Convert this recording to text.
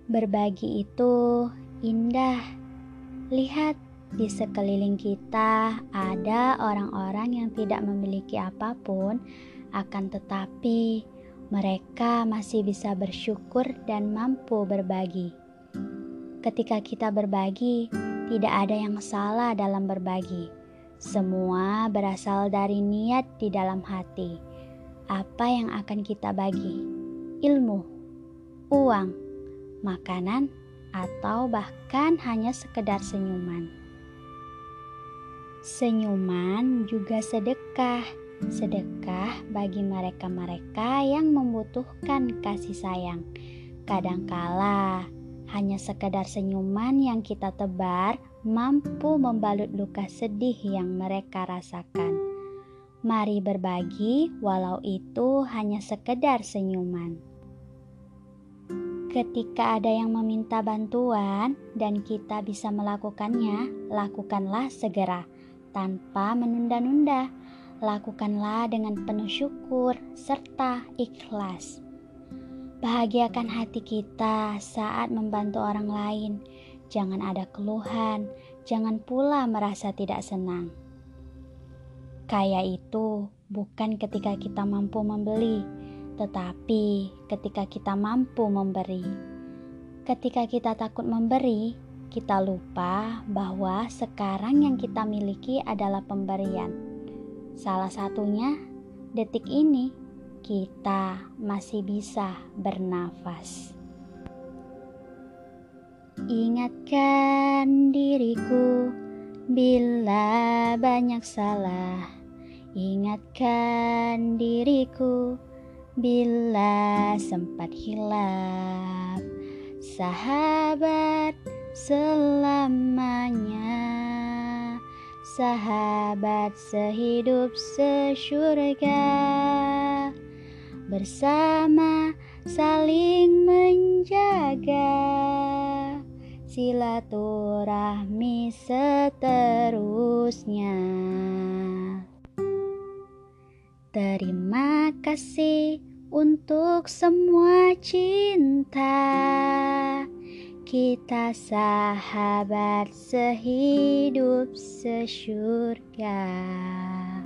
Berbagi itu indah. Lihat, di sekeliling kita ada orang-orang yang tidak memiliki apapun, akan tetapi mereka masih bisa bersyukur dan mampu berbagi. Ketika kita berbagi, tidak ada yang salah dalam berbagi. Semua berasal dari niat di dalam hati. Apa yang akan kita bagi? Ilmu, uang, makanan, atau bahkan hanya sekedar senyuman. Senyuman juga sedekah. Sedekah bagi mereka-mereka yang membutuhkan kasih sayang. Kadangkala hanya sekedar senyuman yang kita tebar mampu membalut luka sedih yang mereka rasakan. Mari berbagi walau itu hanya sekedar senyuman. Ketika ada yang meminta bantuan dan kita bisa melakukannya, lakukanlah segera, tanpa menunda-nunda. Lakukanlah dengan penuh syukur serta ikhlas. Bahagiakan hati kita saat membantu orang lain. Jangan ada keluhan, jangan pula merasa tidak senang. Kaya itu bukan ketika kita mampu membeli, tetapi ketika kita mampu memberi. Ketika kita takut memberi, kita lupa bahwa sekarang yang kita miliki adalah pemberian. Salah satunya, detik ini kita masih bisa bernafas. Ingatkan diriku bila banyak salah. Ingatkan diriku bila sempat hilaf. Sahabat selamanya, sahabat sehidup sesyurga, bersama saling menjaga silaturahmi seterusnya. Terima kasih untuk semua cinta. Kita sahabat sehidup sesyurga.